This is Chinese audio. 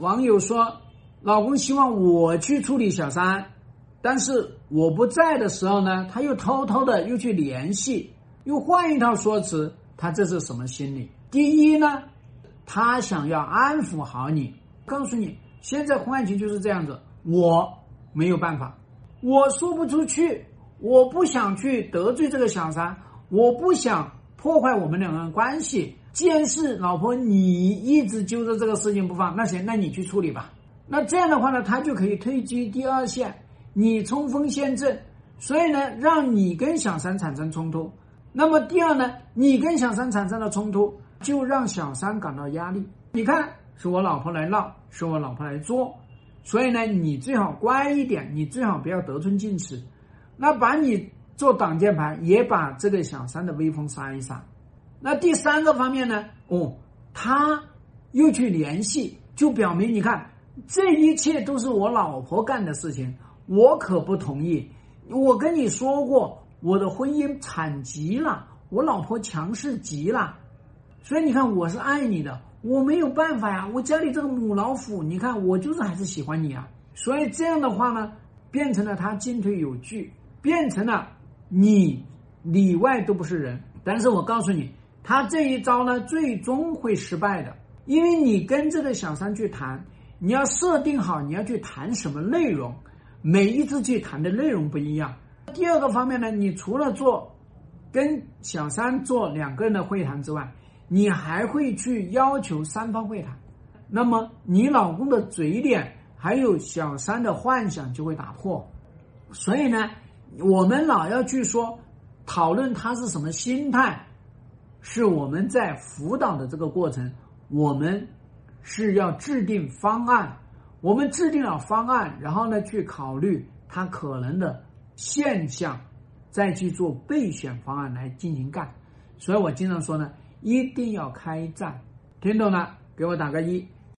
网友说，老公希望我去处理小三，但是我不在的时候呢，他又偷偷的又去联系，又换一套说辞，他这是什么心理？第一呢，他想要安抚好你，告诉你现在婚外情就是这样子，我没有办法，我说不出去，我不想去得罪这个小三，我不想破坏我们两个人关系，既然是老婆你一直揪着这个事情不放，那行，那你去处理吧。那这样的话呢，他就可以退居第二线，你冲锋陷阵，所以呢，让你跟小三产生冲突。那么第二呢，你跟小三产生了冲突，就让小三感到压力。你看，是我老婆来闹，是我老婆来做，所以呢，你最好乖一点，你最好不要得寸进尺。那把你做挡箭牌，也把这个小三的威风杀一杀。那第三个方面呢，他又去联系，就表明你看，这一切都是我老婆干的事情，我可不同意。我跟你说过，我的婚姻惨极了，我老婆强势极了，所以你看我是爱你的，我没有办法呀，我家里这个母老虎，你看我就是还是喜欢你啊。所以这样的话呢，变成了他进退有据，变成了你里外都不是人。但是我告诉你，他这一招呢，最终会失败的，因为你跟这个小三去谈，你要设定好你要去谈什么内容，每一次去谈的内容不一样。第二个方面呢，你除了跟小三做两个人的会谈之外，你还会去要求三方会谈，那么你老公的嘴脸还有小三的幻想就会打破。所以呢，我们老要去说讨论他是什么心态，是我们在辅导的这个过程，我们是要制定方案，我们制定了方案，然后呢去考虑他可能的现象，再去做备选方案来进行干。所以我经常说呢，一定要开战，听懂了给我打个1。